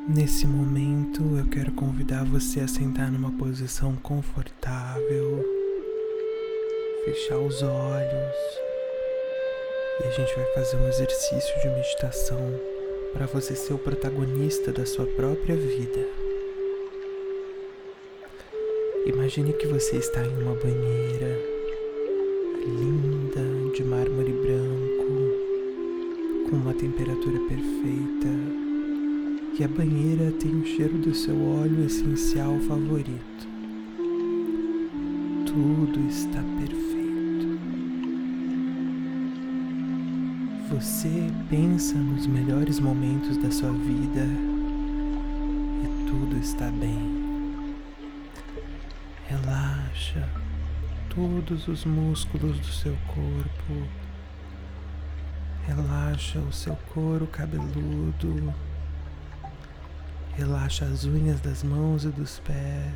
Nesse momento, eu quero convidar você a sentar numa posição confortável, fechar os olhos e a gente vai fazer um exercício de meditação para você ser o protagonista da sua própria vida. Imagine que você está em uma banheira linda de mármore branco, com uma temperatura perfeita. E a banheira tem o cheiro do seu óleo essencial favorito. Tudo está perfeito. Você pensa nos melhores momentos da sua vida e tudo está bem. Relaxa todos os músculos do seu corpo. Relaxa o seu couro cabeludo. Relaxa as unhas das mãos e dos pés.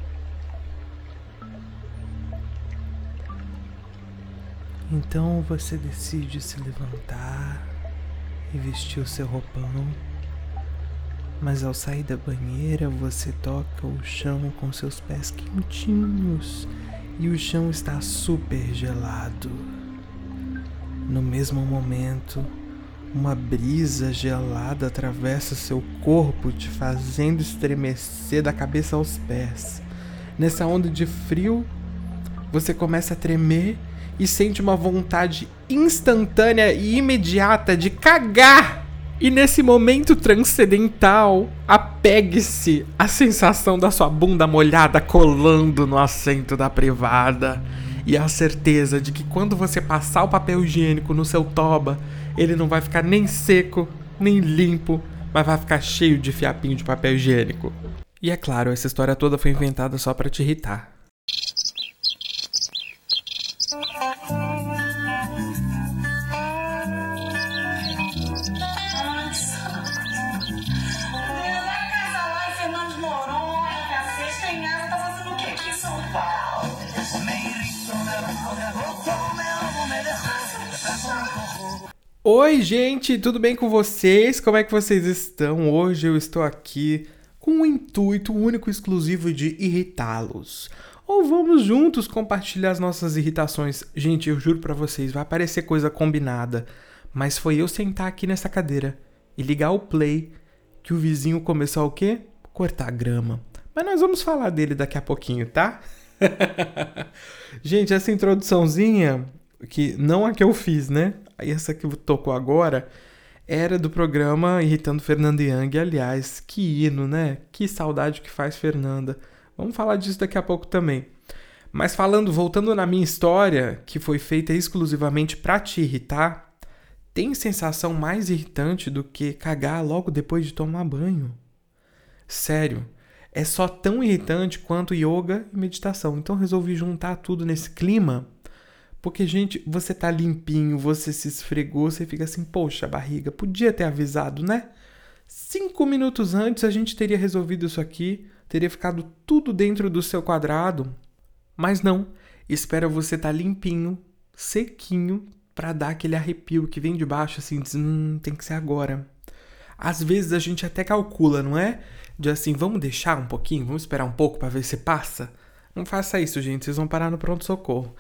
Então você decide se levantar e vestir o seu roupão. Mas ao sair da banheira você toca o chão com seus pés quentinhos e o chão está super gelado. No mesmo momento, uma brisa gelada atravessa seu corpo, te fazendo estremecer da cabeça aos pés. Nessa onda de frio, você começa a tremer e sente uma vontade instantânea e imediata de cagar. E nesse momento transcendental, apegue-se à sensação da sua bunda molhada colando no assento da privada. E a certeza de que quando você passar o papel higiênico no seu toba, ele não vai ficar nem seco, nem limpo, mas vai ficar cheio de fiapinho de papel higiênico. E é claro, essa história toda foi inventada só pra te irritar. Oi, gente, tudo bem com vocês? Como é que vocês estão? Hoje eu estou aqui com o intuito único e exclusivo de irritá-los. Ou vamos juntos compartilhar as nossas irritações. Gente, eu juro pra vocês, vai parecer coisa combinada, mas foi eu sentar aqui nessa cadeira e ligar o play que o vizinho começou o quê? Cortar grama. Mas nós vamos falar dele daqui a pouquinho, tá? Gente, essa introduçãozinha, que não a que eu fiz, né? Essa que tocou agora era do programa Irritando Fernanda Young. Aliás, que hino, né? Que saudade que faz Fernanda. Vamos falar disso daqui a pouco também. Mas voltando na minha história, que foi feita exclusivamente pra te irritar, tem sensação mais irritante do que cagar logo depois de tomar banho? Sério, é só tão irritante quanto yoga e meditação. Então resolvi juntar tudo nesse clima. Porque, gente, você tá limpinho, você se esfregou, você fica assim, poxa, barriga, podia ter avisado, né? 5 minutos antes a gente teria resolvido isso aqui, teria ficado tudo dentro do seu quadrado. Mas não, espera você tá limpinho, sequinho, pra dar aquele arrepio que vem de baixo, assim, diz, tem que ser agora. Às vezes a gente até calcula, não é? De assim, vamos deixar um pouquinho, vamos esperar um pouco pra ver se passa. Não faça isso, gente, vocês vão parar no pronto-socorro.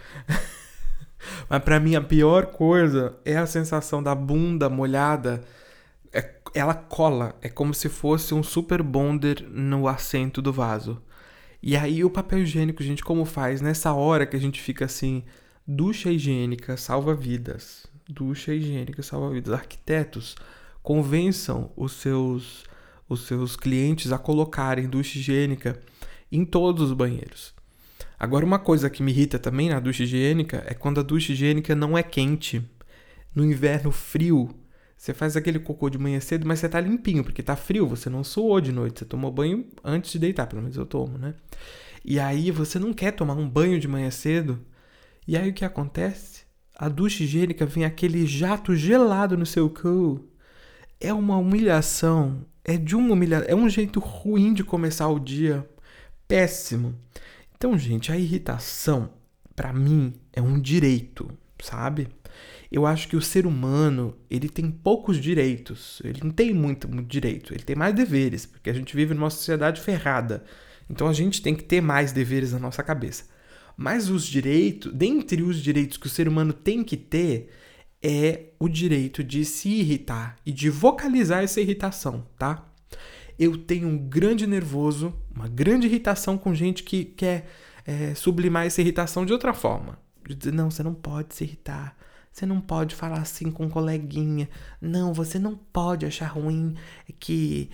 Mas pra mim a pior coisa é a sensação da bunda molhada. Ela cola, é como se fosse um super bonder no assento do vaso. E aí o papel higiênico, gente, como faz? Nessa hora que a gente fica assim, ducha higiênica salva vidas. Ducha higiênica salva vidas. Arquitetos, convençam os seus clientes a colocarem ducha higiênica em todos os banheiros. Agora, uma coisa que me irrita também na ducha higiênica é quando a ducha higiênica não é quente. No inverno frio, você faz aquele cocô de manhã cedo, mas você tá limpinho, porque tá frio, você não suou de noite, você tomou banho antes de deitar, pelo menos eu tomo, né? E aí você não quer tomar um banho de manhã cedo, e aí o que acontece? A ducha higiênica vem aquele jato gelado no seu cu. É uma humilhação, é um jeito ruim de começar o dia, péssimo. Então, gente, a irritação, pra mim, é um direito, sabe? Eu acho que o ser humano, ele tem poucos direitos. Ele não tem muito direito. Ele tem mais deveres, porque a gente vive numa sociedade ferrada. Então a gente tem que ter mais deveres na nossa cabeça. Mas os direitos, dentre os direitos que o ser humano tem que ter, é o direito de se irritar e de vocalizar essa irritação, tá? Eu tenho um grande nervoso, uma grande irritação com gente que quer sublimar essa irritação de outra forma. De dizer, não, você não pode se irritar. Você não pode falar assim com um coleguinha. Não, você não pode achar ruim que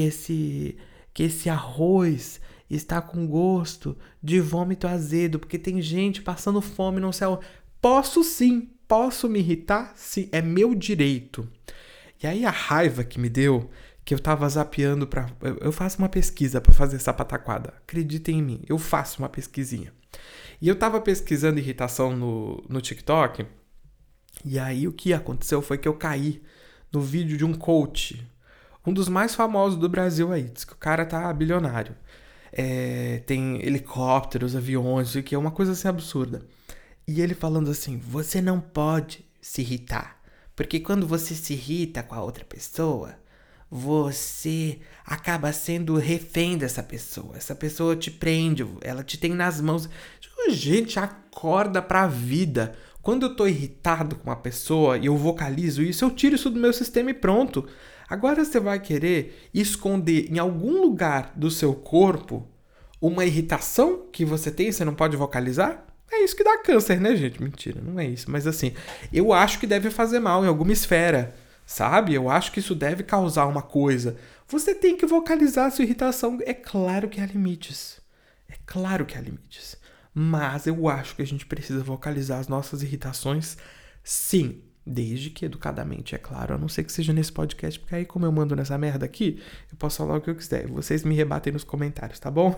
esse arroz está com gosto de vômito azedo, porque tem gente passando fome no céu. Posso sim, posso me irritar? Sim, é meu direito. E aí a raiva que me deu, que eu tava zapeando pra... Eu faço uma pesquisa pra fazer essa pataquada. Acreditem em mim, eu faço uma pesquisinha. E eu tava pesquisando irritação no TikTok, e aí o que aconteceu foi que eu caí no vídeo de um coach, um dos mais famosos do Brasil aí. Diz que o cara tá bilionário. Tem helicópteros, aviões, que é uma coisa assim absurda. E ele falando assim, você não pode se irritar, porque quando você se irrita com a outra pessoa, você acaba sendo refém dessa pessoa. Essa pessoa te prende, ela te tem nas mãos. Gente, acorda pra vida. Quando eu tô irritado com uma pessoa e eu vocalizo isso, eu tiro isso do meu sistema e pronto. Agora você vai querer esconder em algum lugar do seu corpo uma irritação que você tem e você não pode vocalizar? É isso que dá câncer, né, gente? Mentira, não é isso. Mas assim, eu acho que deve fazer mal em alguma esfera, sabe? Eu acho que isso deve causar uma coisa. Você tem que vocalizar a sua irritação. É claro que há limites. É claro que há limites. Mas eu acho que a gente precisa vocalizar as nossas irritações, sim. Desde que educadamente, é claro. A não ser que seja nesse podcast, porque aí como eu mando nessa merda aqui, eu posso falar o que eu quiser. Vocês me rebatem nos comentários, tá bom?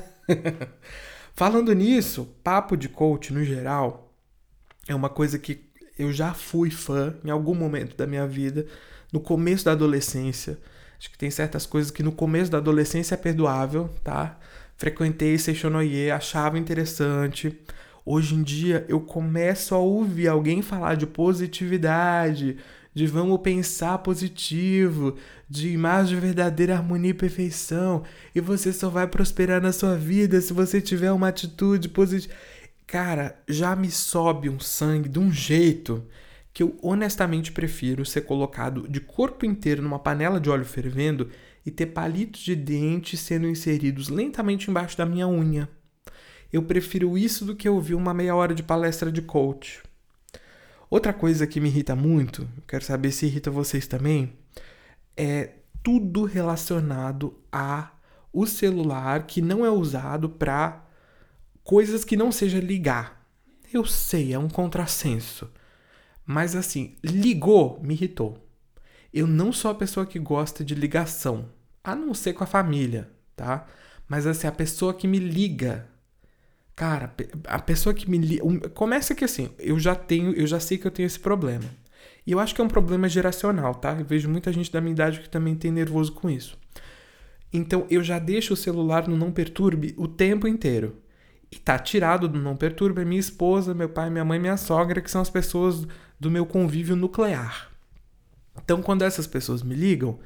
Falando nisso, papo de coach no geral é uma coisa que eu já fui fã em algum momento da minha vida, no começo da adolescência. Acho que tem certas coisas que no começo da adolescência é perdoável, tá? Frequentei Seishonoye, achava interessante. Hoje em dia eu começo a ouvir alguém falar de positividade, de vamos pensar positivo, de imagem de verdadeira harmonia e perfeição, e você só vai prosperar na sua vida se você tiver uma atitude positiva. Cara, já me sobe um sangue de um jeito que eu honestamente prefiro ser colocado de corpo inteiro numa panela de óleo fervendo e ter palitos de dente sendo inseridos lentamente embaixo da minha unha. Eu prefiro isso do que ouvir uma meia hora de palestra de coach. Outra coisa que me irrita muito, quero saber se irrita vocês também, é tudo relacionado a o celular que não é usado para coisas que não seja ligar. Eu sei, é um contrassenso. Mas assim, ligou, me irritou. Eu não sou a pessoa que gosta de ligação, a não ser com a família, tá? Mas assim, a pessoa que me liga... Cara, a pessoa que me liga... Começa que assim, eu já sei que eu tenho esse problema. E eu acho que é um problema geracional, tá? Eu vejo muita gente da minha idade que também tem nervoso com isso. Então, eu já deixo o celular no não perturbe o tempo inteiro. E tá tirado do não perturbe minha esposa, meu pai, minha mãe, minha sogra, que são as pessoas do meu convívio nuclear. Então, quando essas pessoas me ligam,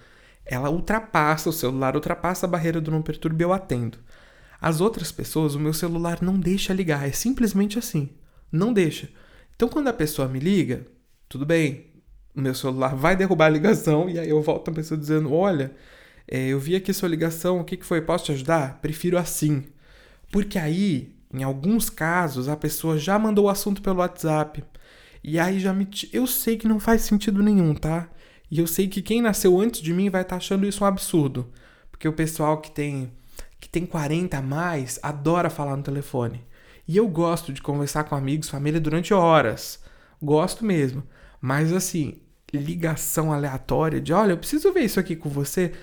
o celular ultrapassa a barreira do não perturbe e eu atendo. As outras pessoas, o meu celular não deixa ligar, é simplesmente assim, não deixa. Então quando a pessoa me liga, tudo bem, o meu celular vai derrubar a ligação e aí eu volto a pessoa dizendo, olha, eu vi aqui sua ligação, o que foi, posso te ajudar? Prefiro assim. Porque aí, em alguns casos, a pessoa já mandou o assunto pelo WhatsApp e aí eu sei que não faz sentido nenhum, tá? E eu sei que quem nasceu antes de mim vai estar achando isso um absurdo, porque o pessoal que tem 40 a mais, adora falar no telefone. E eu gosto de conversar com amigos, família durante horas. Gosto mesmo. Mas assim, ligação aleatória de, olha, eu preciso ver isso aqui com você,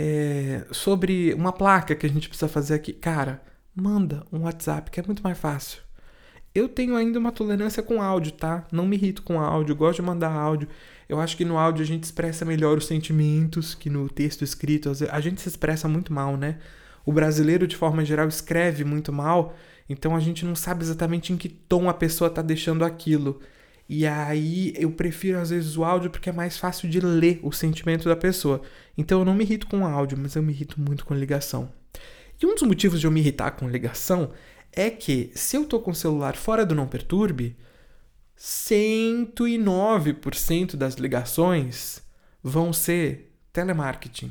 sobre uma placa que a gente precisa fazer aqui. Cara, manda um WhatsApp, que é muito mais fácil. Eu tenho ainda uma tolerância com áudio, tá? Não me irrito com áudio, gosto de mandar áudio. Eu acho que no áudio a gente expressa melhor os sentimentos que no texto escrito. A gente se expressa muito mal, né? O brasileiro, de forma geral, escreve muito mal, então a gente não sabe exatamente em que tom a pessoa está deixando aquilo. E aí eu prefiro às vezes o áudio porque é mais fácil de ler o sentimento da pessoa. Então eu não me irrito com áudio, mas eu me irrito muito com ligação. E um dos motivos de eu me irritar com ligação é que se eu tô com o celular fora do Não Perturbe, 109% das ligações vão ser telemarketing.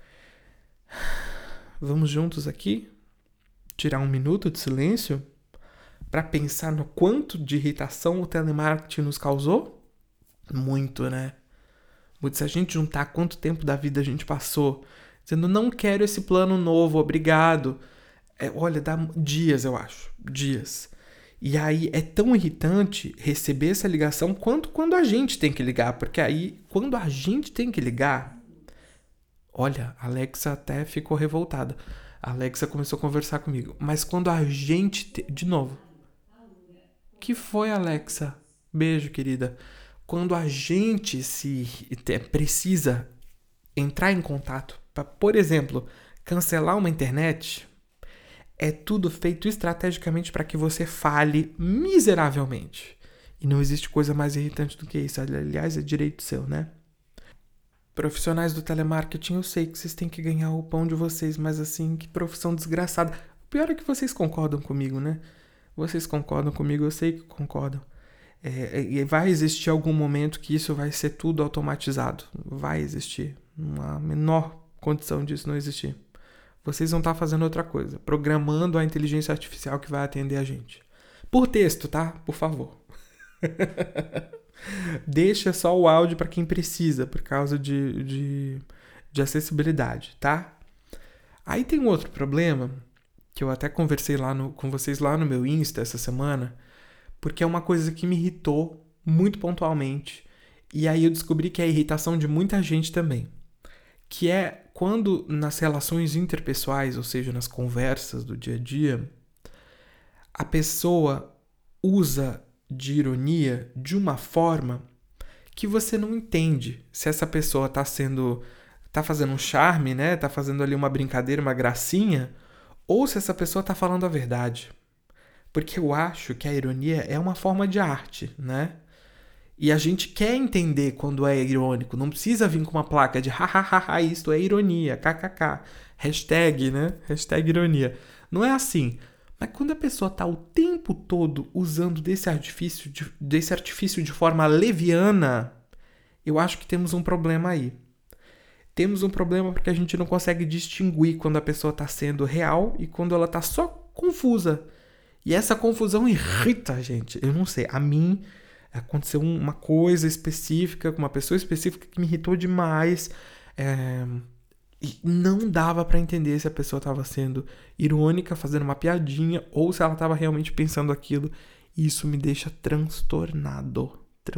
Vamos juntos aqui tirar um minuto de silêncio para pensar no quanto de irritação o telemarketing nos causou? Muito, né? Muito. Se a gente juntar quanto tempo da vida a gente passou dizendo não quero esse plano novo, obrigado. Olha, dá dias, eu acho. Dias. E aí é tão irritante receber essa ligação quanto quando a gente tem que ligar. Porque aí, quando a gente tem que ligar... Olha, a Alexa até ficou revoltada. A Alexa começou a conversar comigo. Mas quando a gente... De novo. Que foi, Alexa? Beijo, querida. Quando a gente precisa entrar em contato para, por exemplo, cancelar uma internet, é tudo feito estrategicamente para que você fale miseravelmente. E não existe coisa mais irritante do que isso. Aliás, é direito seu, né? Profissionais do telemarketing, eu sei que vocês têm que ganhar o pão de vocês, mas assim, que profissão desgraçada. O pior é que vocês concordam comigo, né? Vocês concordam comigo, eu sei que concordam. E vai existir algum momento que isso vai ser tudo automatizado. Vai existir. Não há a menor condição disso não existir. Vocês vão estar fazendo outra coisa. Programando a inteligência artificial que vai atender a gente. Por texto, tá? Por favor. Deixa só o áudio para quem precisa, por causa de acessibilidade, tá? Aí tem um outro problema, que eu até conversei com vocês lá no meu Insta essa semana, porque é uma coisa que me irritou muito pontualmente. E aí eu descobri que é a irritação de muita gente também. Que é quando nas relações interpessoais, ou seja, nas conversas do dia a dia, a pessoa usa de ironia de uma forma que você não entende se essa pessoa tá fazendo um charme, né? Tá fazendo ali uma brincadeira, uma gracinha, ou se essa pessoa tá falando a verdade. Porque eu acho que a ironia é uma forma de arte, né? E a gente quer entender quando é irônico. Não precisa vir com uma placa de hahaha, isto é ironia, kkk. Hashtag, né? Hashtag ironia. Não é assim. Mas quando a pessoa está o tempo todo usando desse artifício de forma leviana, eu acho que temos um problema aí. Temos um problema porque a gente não consegue distinguir quando a pessoa está sendo real e quando ela está só confusa. E essa confusão irrita a gente. Eu não sei, a mim aconteceu uma coisa específica, com uma pessoa específica que me irritou demais. E não dava pra entender se a pessoa estava sendo irônica, fazendo uma piadinha, ou se ela estava realmente pensando aquilo. E isso me deixa transtornado.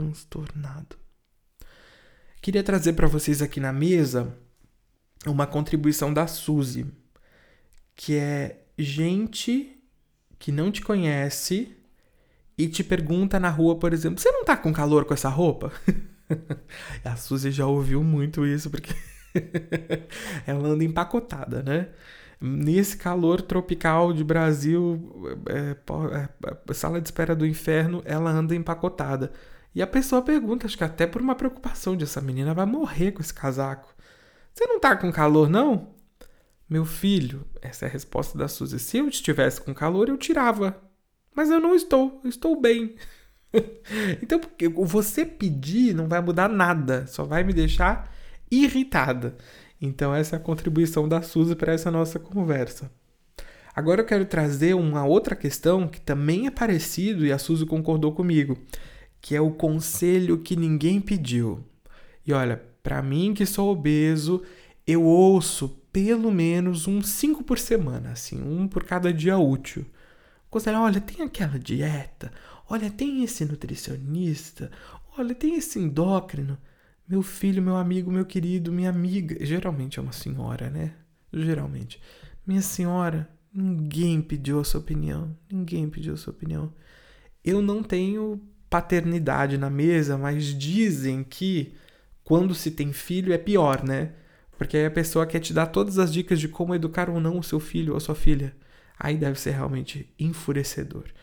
Queria trazer para vocês aqui na mesa uma contribuição da Suzy, que é gente que não te conhece e te pergunta na rua, por exemplo, você não tá com calor com essa roupa? A Suzy já ouviu muito isso, porque ela anda empacotada, né? Nesse calor tropical de Brasil, sala de espera do inferno, ela anda empacotada. E a pessoa pergunta, acho que até por uma preocupação de essa menina vai morrer com esse casaco. Você não tá com calor, não? Meu filho, essa é a resposta da Suzy. Se eu estivesse com calor, eu tirava. Mas eu não estou, eu estou bem. Então, você pedir não vai mudar nada, só vai me deixar irritada. Então, essa é a contribuição da Suzy para essa nossa conversa. Agora eu quero trazer uma outra questão que também é parecido e a Suzy concordou comigo, que é o conselho que ninguém pediu. E olha, para mim que sou obeso, eu ouço pelo menos uns 5 por semana, assim, um por cada dia útil. Conselho, olha, tem aquela dieta, olha, tem esse nutricionista, olha, tem esse endócrino. Meu filho, meu amigo, meu querido, minha amiga, geralmente é uma senhora, né? Geralmente. Minha senhora, ninguém pediu a sua opinião, Eu não tenho paternidade na mesa, mas dizem que quando se tem filho é pior, né? Porque aí a pessoa quer te dar todas as dicas de como educar ou não o seu filho ou a sua filha. Aí deve ser realmente enfurecedor.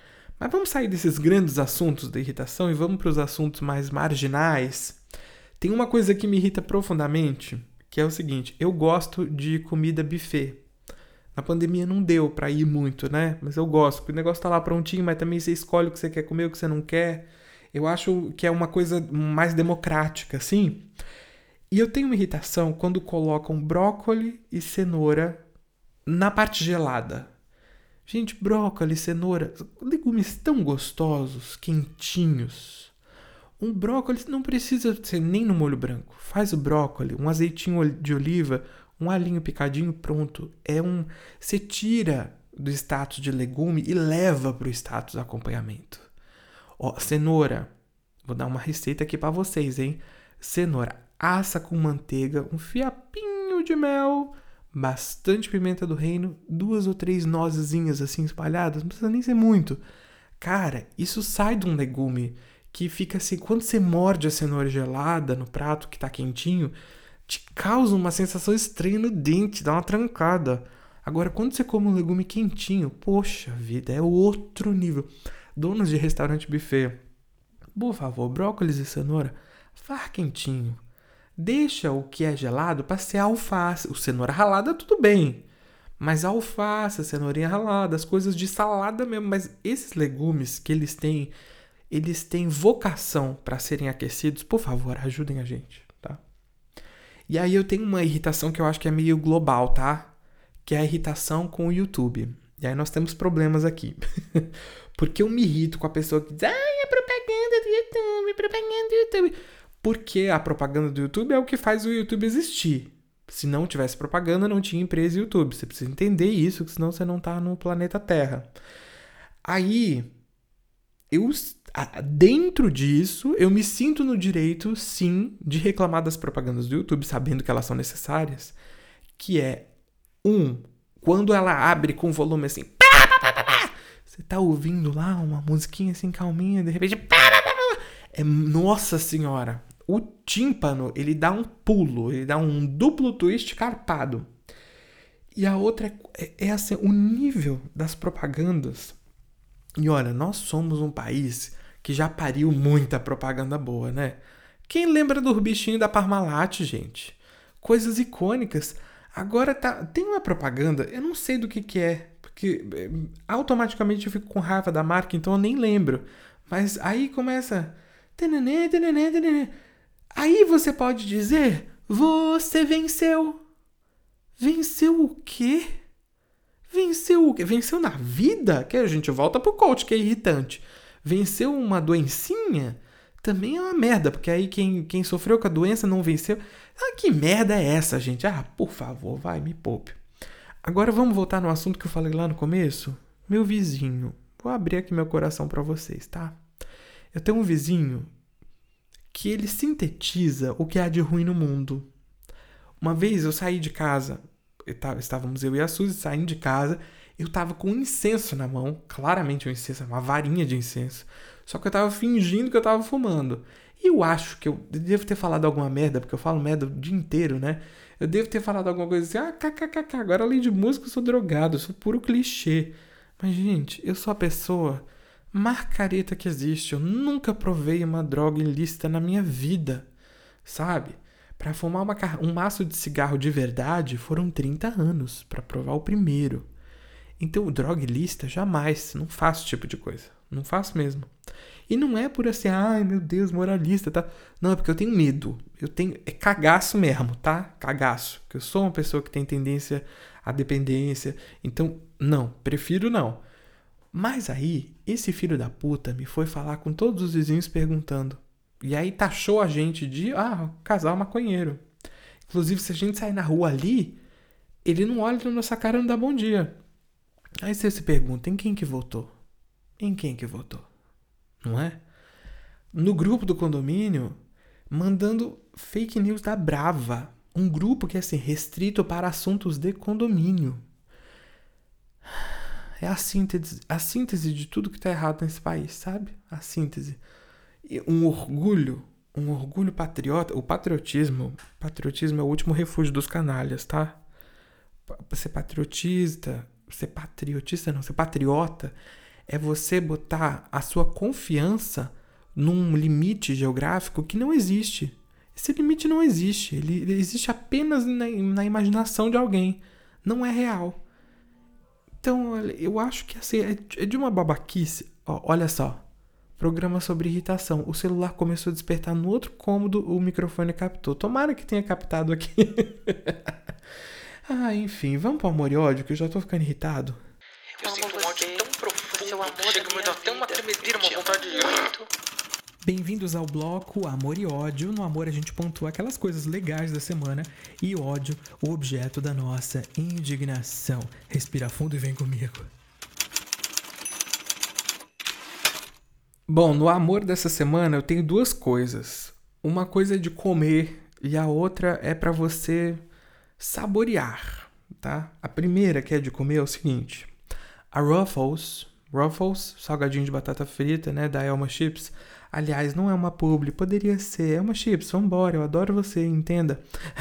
Mas vamos sair desses grandes assuntos da irritação e vamos para os assuntos mais marginais. Tem uma coisa que me irrita profundamente, que é o seguinte: eu gosto de comida buffet. Na pandemia não deu pra ir muito, né? Mas eu gosto, porque o negócio tá lá prontinho, mas também você escolhe o que você quer comer, o que você não quer. Eu acho que é uma coisa mais democrática, assim. E eu tenho uma irritação quando colocam brócoli e cenoura na parte gelada. Gente, brócolis, cenoura, legumes tão gostosos, quentinhos. Um brócolis não precisa ser nem no molho branco. Faz o brócolis, um azeitinho de oliva, um alinho picadinho, pronto. Você tira do status de legume e leva pro status de acompanhamento. Ó, cenoura. Vou dar uma receita aqui pra vocês, hein? Cenoura, assa com manteiga, um fiapinho de mel, bastante pimenta do reino, 2 ou 3 nozezinhas assim espalhadas, não precisa nem ser muito. Cara, isso sai de um legume que fica assim, quando você morde a cenoura gelada no prato que tá quentinho, te causa uma sensação estranha no dente, dá uma trancada. Agora, quando você come um legume quentinho, poxa vida, é outro nível. Donos de restaurante buffet, por favor, brócolis e cenoura, vá quentinho. Deixa o que é gelado para ser alface. O cenoura ralada, tudo bem. Mas a alface, a cenourinha ralada, as coisas de salada mesmo. Mas esses legumes que eles têm vocação para serem aquecidos, por favor, ajudem a gente, tá? E aí eu tenho uma irritação que eu acho que é meio global, tá? Que é a irritação com o YouTube. E aí nós temos problemas aqui. Porque eu me irrito com a pessoa que diz: ai, é propaganda do YouTube, propaganda do YouTube. Porque a propaganda do YouTube é o que faz o YouTube existir. Se não tivesse propaganda, não tinha empresa YouTube. Você precisa entender isso, senão você não tá no planeta Terra. Aí, dentro disso, eu me sinto no direito, sim, de reclamar das propagandas do YouTube, sabendo que elas são necessárias. Que é, quando ela abre com volume assim, você tá ouvindo lá uma musiquinha assim calminha, de repente, nossa senhora, o tímpano, ele dá um pulo, ele dá um duplo twist carpado. E a outra é assim, o nível das propagandas. E olha, nós somos um país que já pariu muita propaganda boa, né? Quem lembra do bichinho da Parmalat, gente? Coisas icônicas. Agora tem uma propaganda, eu não sei do que é, porque automaticamente eu fico com raiva da marca, então eu nem lembro. Mas aí começa... Aí você pode dizer: você venceu. Venceu o quê? Venceu o quê? Venceu na vida? Que a gente volta pro coach, que é irritante. Venceu uma doencinha? Também é uma merda, porque aí quem sofreu com a doença não venceu. Ah, que merda é essa, gente? Ah, por favor, vai, me poupe. Agora vamos voltar no assunto que eu falei lá no começo? Meu vizinho. Vou abrir aqui meu coração pra vocês, tá? Eu tenho um vizinho que ele sintetiza o que há de ruim no mundo. Uma vez eu saí de casa, estávamos eu e a Suzy saindo de casa, eu tava com um incenso na mão, claramente um incenso, uma varinha de incenso, só que eu tava fingindo que eu tava fumando. E eu acho que eu devo ter falado alguma merda, porque eu falo merda o dia inteiro, né? Eu devo ter falado alguma coisa assim: kkkk, agora além de música eu sou drogado, eu sou puro clichê. Mas, gente, eu sou a pessoa mais careta que existe. Eu nunca provei uma droga ilícita na minha vida, sabe? Para fumar um maço de cigarro de verdade foram 30 anos para provar o primeiro. Então, droga ilícita, jamais. Não faço esse tipo de coisa. Não faço mesmo. E não é por assim, ai meu Deus, moralista, tá? Não, é porque eu tenho medo. É cagaço mesmo, tá? Cagaço. Porque eu sou uma pessoa que tem tendência à dependência. Então, não, prefiro não. Mas aí, esse filho da puta me foi falar com todos os vizinhos perguntando. E aí taxou a gente de, casal maconheiro. Inclusive, se a gente sair na rua ali, ele não olha na nossa cara e não dá bom dia. Aí você se pergunta, em quem que votou? Em quem que votou? Não é? No grupo do condomínio, mandando fake news da Brava. Um grupo que é assim, restrito para assuntos de condomínio. É a síntese de tudo que tá errado nesse país, sabe? A síntese. E um orgulho patriota. O patriotismo é o último refúgio dos canalhas, tá? Ser patriota é você botar a sua confiança num limite geográfico que não existe. Esse limite não existe. Ele existe apenas na imaginação de alguém. Não é real. Então, eu acho que assim, é de uma babaquice. Ó, olha só. Programa sobre irritação. O celular começou a despertar no outro cômodo, o microfone captou. Tomara que tenha captado aqui. Enfim, vamos pro amor e ódio, que eu já tô ficando irritado. Eu sinto um ódio tão profundo que chega a me dar até uma tremedeira, uma vontade de... Bem-vindos ao bloco Amor e Ódio. No amor a gente pontua aquelas coisas legais da semana e ódio, o objeto da nossa indignação. Respira fundo e vem comigo. Bom, no amor dessa semana eu tenho duas coisas. Uma coisa é de comer e a outra é pra você saborear, tá? A primeira que é de comer é o seguinte. A Ruffles, salgadinho de batata frita, né, da Elma Chips. Aliás, não é uma publi, poderia ser. É uma chips, vambora, eu adoro você, entenda.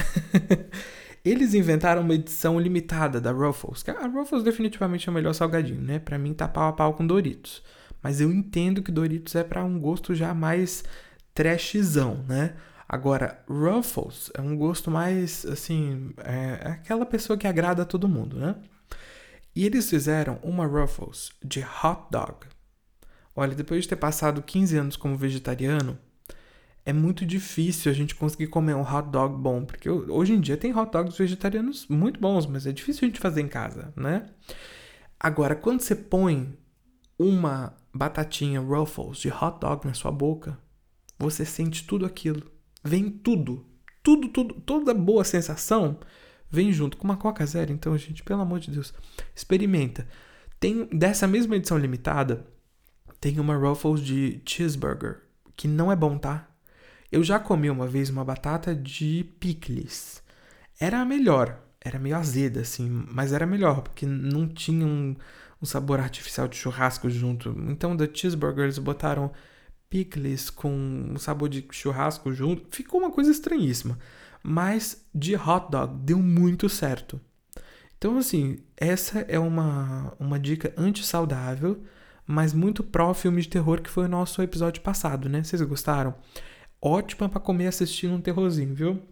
Eles inventaram uma edição limitada da Ruffles. A Ruffles definitivamente é o melhor salgadinho, né? Pra mim tá pau a pau com Doritos. Mas eu entendo que Doritos é pra um gosto já mais trashzão, né? Agora, Ruffles é um gosto mais, assim, é aquela pessoa que agrada a todo mundo, né? E eles fizeram uma Ruffles de hot dog. Olha, depois de ter passado 15 anos como vegetariano, é muito difícil a gente conseguir comer um hot dog bom. Porque hoje em dia tem hot dogs vegetarianos muito bons, mas é difícil a gente fazer em casa, né? Agora, quando você põe uma batatinha Ruffles de hot dog na sua boca, você sente tudo aquilo. Vem tudo. Tudo. Toda boa sensação vem junto com uma Coca Zero. Então, gente, pelo amor de Deus, experimenta. Tem dessa mesma edição limitada, tem uma Ruffles de cheeseburger, que não é bom, tá? Eu já comi uma vez uma batata de picles. Era a melhor. Era meio azeda, assim, mas era melhor, porque não tinha um sabor artificial de churrasco junto. Então, da cheeseburger, eles botaram picles com um sabor de churrasco junto. Ficou uma coisa estranhíssima. Mas de hot dog deu muito certo. Então, assim, essa é uma dica antissaudável, mas muito pró-filme de terror, que foi o nosso episódio passado, né? Vocês gostaram? Ótima pra comer assistindo um terrorzinho, viu?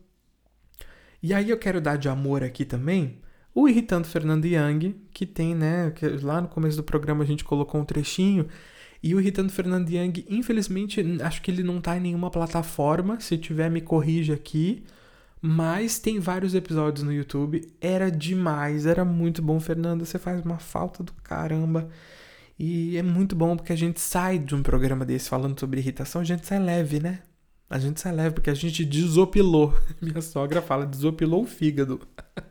E aí eu quero dar de amor aqui também o Irritando Fernando Young, que tem, né? Que lá no começo do programa a gente colocou um trechinho. E o Irritando Fernando Young, infelizmente, acho que ele não tá em nenhuma plataforma. Se tiver, me corrija aqui. Mas tem vários episódios no YouTube. Era demais, era muito bom. Fernando, você faz uma falta do caramba. E é muito bom porque a gente sai de um programa desse falando sobre irritação, a gente sai leve, né? A gente sai leve porque a gente desopilou. Minha sogra fala, desopilou o fígado.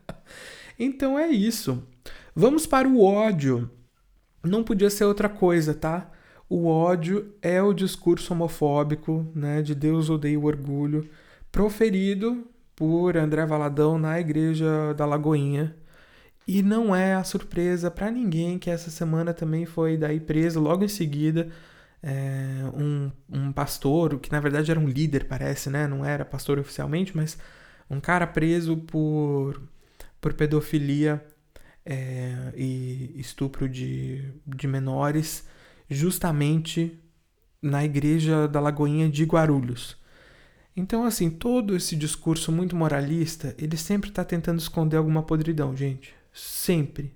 Então é isso. Vamos para o ódio. Não podia ser outra coisa, tá? O ódio é o discurso homofóbico, né? De Deus odeia o orgulho, proferido por André Valadão na igreja da Lagoinha. E não é a surpresa para ninguém que essa semana também foi daí preso logo em seguida um pastor, que na verdade era um líder, parece, né? Não era pastor oficialmente, mas um cara preso por pedofilia e estupro de menores, justamente na igreja da Lagoinha de Guarulhos. Então, assim, todo esse discurso muito moralista, ele sempre tá tentando esconder alguma podridão, gente. Sempre.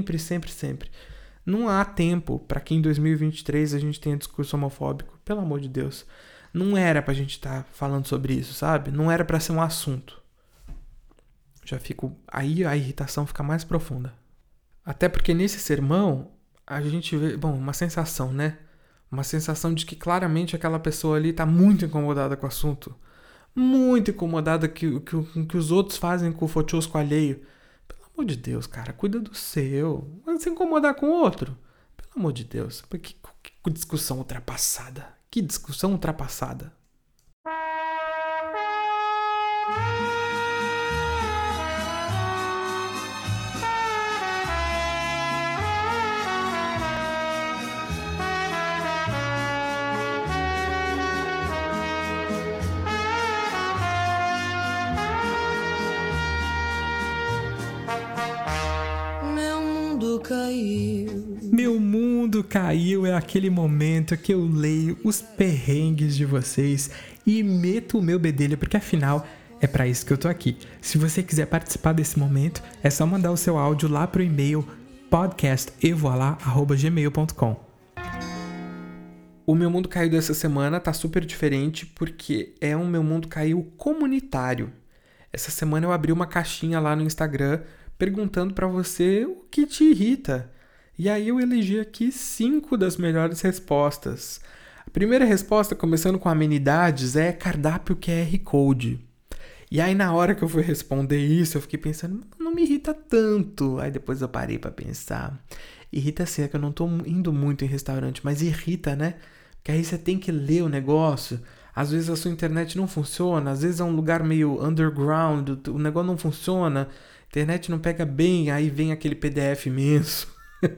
Não há tempo para que em 2023 a gente tenha discurso homofóbico. Pelo amor de Deus. Não era pra gente estar falando sobre isso, sabe? Não era pra ser um assunto. Aí a irritação fica mais profunda. Até porque nesse sermão, a gente vê, uma sensação, né? Uma sensação de que claramente aquela pessoa ali tá muito incomodada com o assunto. Muito incomodada com o que os outros fazem com o fotiosco alheio. Pelo amor de Deus, cara, cuida do seu. Vai se incomodar com o outro. Pelo amor de Deus. Que discussão ultrapassada. Que discussão ultrapassada. Meu mundo caiu é aquele momento que eu leio os perrengues de vocês e meto o meu bedelho, porque afinal é pra isso que eu tô aqui. Se você quiser participar desse momento, é só mandar o seu áudio lá pro e-mail podcastevoilà@gmail.com. O Meu Mundo Caiu dessa semana tá super diferente porque é um Meu Mundo Caiu comunitário. Essa semana eu abri uma caixinha lá no Instagram perguntando pra você o que te irrita. E aí eu elegi aqui 5 das melhores respostas. A primeira resposta, começando com amenidades, é cardápio QR Code. E aí na hora que eu fui responder isso, eu fiquei pensando, não me irrita tanto. Aí depois eu parei pra pensar. Irrita sim, é que eu não tô indo muito em restaurante, mas irrita, né? Porque aí você tem que ler o negócio. Às vezes a sua internet não funciona, às vezes é um lugar meio underground, o negócio não funciona, a internet não pega bem, aí vem aquele PDF imenso.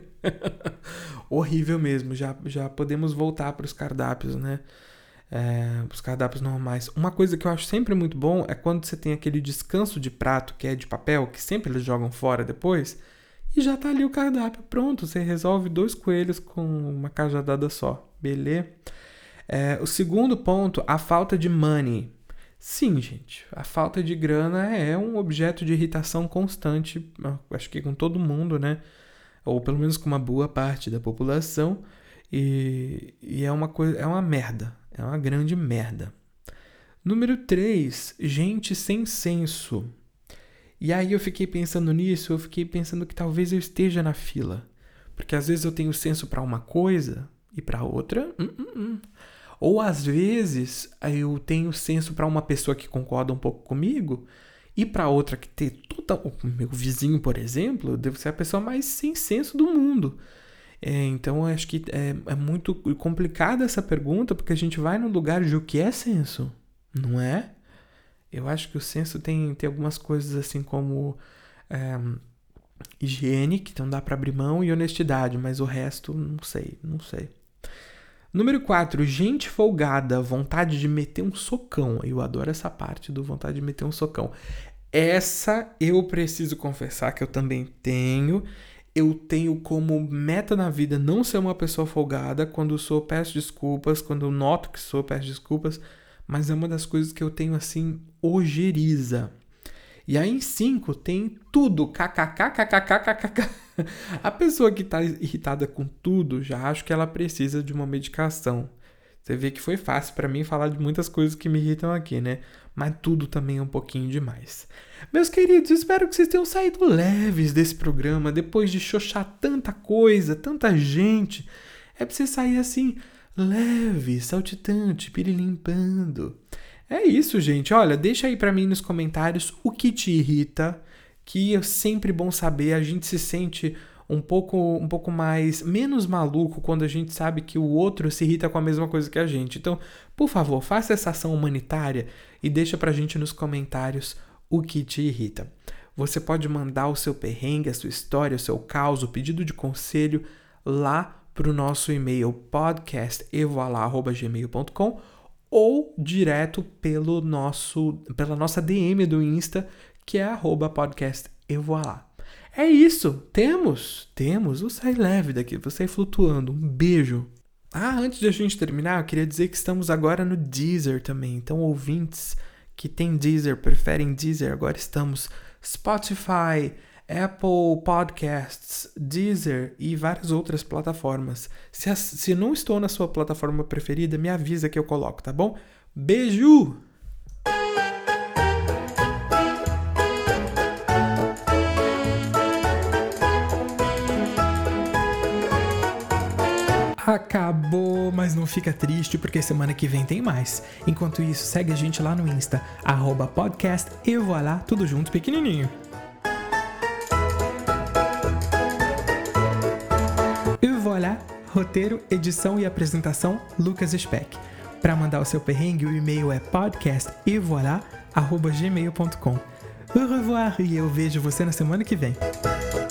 Horrível mesmo, já podemos voltar para os cardápios, né? Os cardápios normais. Uma coisa que eu acho sempre muito bom é quando você tem aquele descanso de prato que é de papel, que sempre eles jogam fora depois, e já tá ali o cardápio pronto. Você resolve 2 coelhos com uma cajadada só, beleza? O segundo ponto, a falta de money. Sim, gente, a falta de grana é um objeto de irritação constante, acho que com todo mundo, né? Ou pelo menos com uma boa parte da população, e é uma coisa, é uma merda, é uma grande merda. Número 3, gente sem senso. E aí eu fiquei pensando nisso, eu fiquei pensando que talvez eu esteja na fila, porque às vezes eu tenho senso para uma coisa e para outra, Ou às vezes eu tenho senso para uma pessoa que concorda um pouco comigo e para outra que tem o meu vizinho, por exemplo, eu devo ser a pessoa mais sem senso do mundo. Então eu acho que é muito complicada essa pergunta, porque a gente vai num lugar de o que é senso, não é? Eu acho que o senso tem algumas coisas assim como higiene, que não dá para abrir mão, e honestidade, mas o resto não sei. Número 4, gente folgada, vontade de meter um socão. Eu adoro essa parte do vontade de meter um socão. Essa eu preciso confessar que eu também tenho. Eu tenho como meta na vida não ser uma pessoa folgada. Quando sou, peço desculpas. Quando eu noto que sou, peço desculpas. Mas é uma das coisas que eu tenho assim, ojeriza. E aí em 5 tem tudo, kkkkkkk. A pessoa que tá irritada com tudo, já acho que ela precisa de uma medicação. Você vê que foi fácil pra mim falar de muitas coisas que me irritam aqui, né? Mas tudo também é um pouquinho demais. Meus queridos, espero que vocês tenham saído leves desse programa, depois de xoxar tanta coisa, tanta gente. É pra você sair assim, leve, saltitante, pirilimpando. É isso, gente. Olha, deixa aí pra mim nos comentários o que te irrita, que é sempre bom saber. A gente se sente um pouco mais, menos maluco quando a gente sabe que o outro se irrita com a mesma coisa que a gente. Então, por favor, faça essa ação humanitária e deixa pra gente nos comentários o que te irrita. Você pode mandar o seu perrengue, a sua história, o seu caos, o pedido de conselho lá pro nosso e-mail podcastevoilà@gmail.com ou direto pela nossa DM do Insta, que é @podcastevoilà. É isso, temos, vou sair leve daqui, vou sair flutuando, um beijo. Antes de a gente terminar, eu queria dizer que estamos agora no Deezer também, então ouvintes que têm Deezer, preferem Deezer, agora estamos Spotify, Apple Podcasts, Deezer e várias outras plataformas. Se não estou na sua plataforma preferida, me avisa que eu coloco, tá bom? Beijo! Acabou, mas não fica triste porque semana que vem tem mais. Enquanto isso, segue a gente lá no Insta, @podcastevoilà, tudo junto, pequenininho. Voilà, roteiro, edição e apresentação, Lucas Speck. Para mandar o seu perrengue, o e-mail é podcastevoilà@gmail.com. Au revoir e eu vejo você na semana que vem.